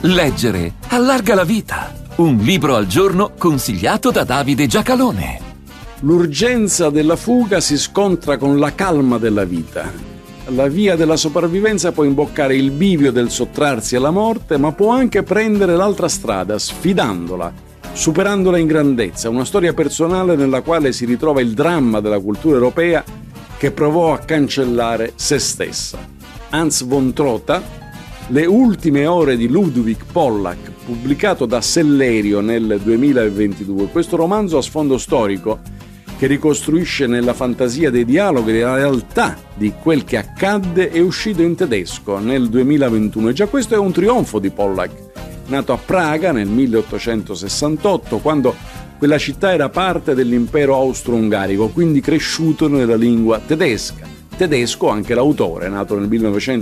Leggere allarga la vita. Un libro al giorno consigliato da Davide Giacalone. L'urgenza della fuga si scontra con la calma della vita. La via della sopravvivenza può imboccare il bivio del sottrarsi alla morte, ma può anche prendere l'altra strada, sfidandola, superandola in grandezza. Una storia personale nella quale si ritrova il dramma della cultura europea che provò a cancellare se stessa. Hans von Trotha, Le ultime ore di Ludwig Pollack, pubblicato da Sellerio nel 2022. Questo romanzo a sfondo storico che ricostruisce nella fantasia dei dialoghi la realtà di quel che accadde è uscito in tedesco nel 2021 e già questo è un trionfo di Pollack, nato a Praga nel 1868 quando quella città era parte dell'impero austro-ungarico, quindi cresciuto nella lingua tedesca. Tedesco anche l'autore, nato nel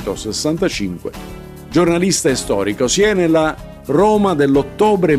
1965, giornalista e storico, si è nella Roma dell'ottobre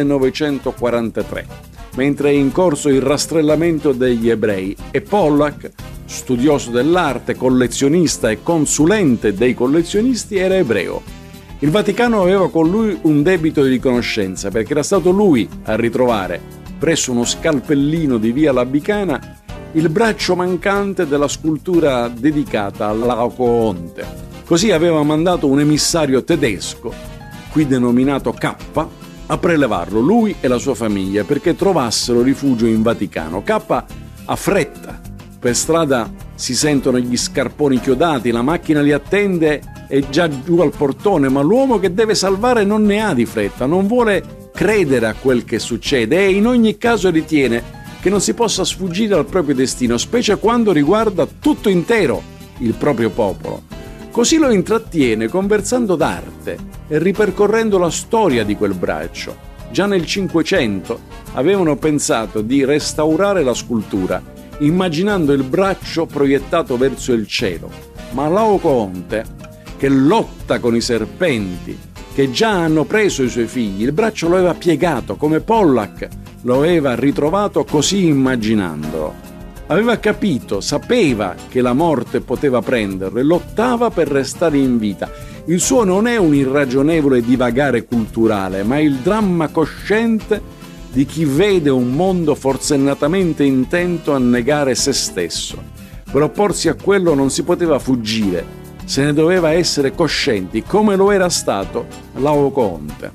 1943, mentre è in corso il rastrellamento degli ebrei, e Pollack, studioso dell'arte, collezionista e consulente dei collezionisti, era ebreo. Il Vaticano aveva con lui un debito di riconoscenza perché era stato lui a ritrovare, presso uno scalpellino di via Labicana, il braccio mancante della scultura dedicata a Laocoonte. Così aveva mandato un emissario tedesco, qui denominato K, a prelevarlo, lui e la sua famiglia, perché trovassero rifugio in Vaticano. K ha fretta, per strada si sentono gli scarponi chiodati, la macchina li attende, è già giù al portone, ma l'uomo che deve salvare non ne ha di fretta, non vuole credere a quel che succede e in ogni caso ritiene che non si possa sfuggire al proprio destino, specie quando riguarda tutto intero il proprio popolo. Così lo intrattiene conversando d'arte e ripercorrendo la storia di quel braccio. Già nel Cinquecento avevano pensato di restaurare la scultura, immaginando il braccio proiettato verso il cielo. Ma Laocoonte, che lotta con i serpenti, che già hanno preso i suoi figli, il braccio lo aveva piegato, come Pollack lo aveva ritrovato così immaginandolo. Aveva capito, sapeva che la morte poteva prenderlo e lottava per restare in vita. Il suo non è un irragionevole divagare culturale, ma il dramma cosciente di chi vede un mondo forsennatamente intento a negare se stesso. Per opporsi a quello non si poteva fuggire, se ne doveva essere coscienti, come lo era stato Laocoonte.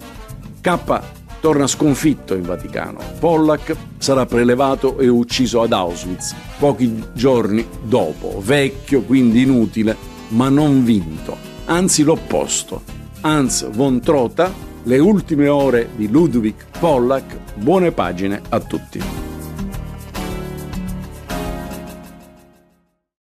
K torna sconfitto in Vaticano. Pollack sarà prelevato e ucciso ad Auschwitz pochi giorni dopo, vecchio, quindi inutile, ma non vinto, anzi l'opposto. Hans von Trotha, Le ultime ore di Ludwig Pollack, buone pagine a tutti.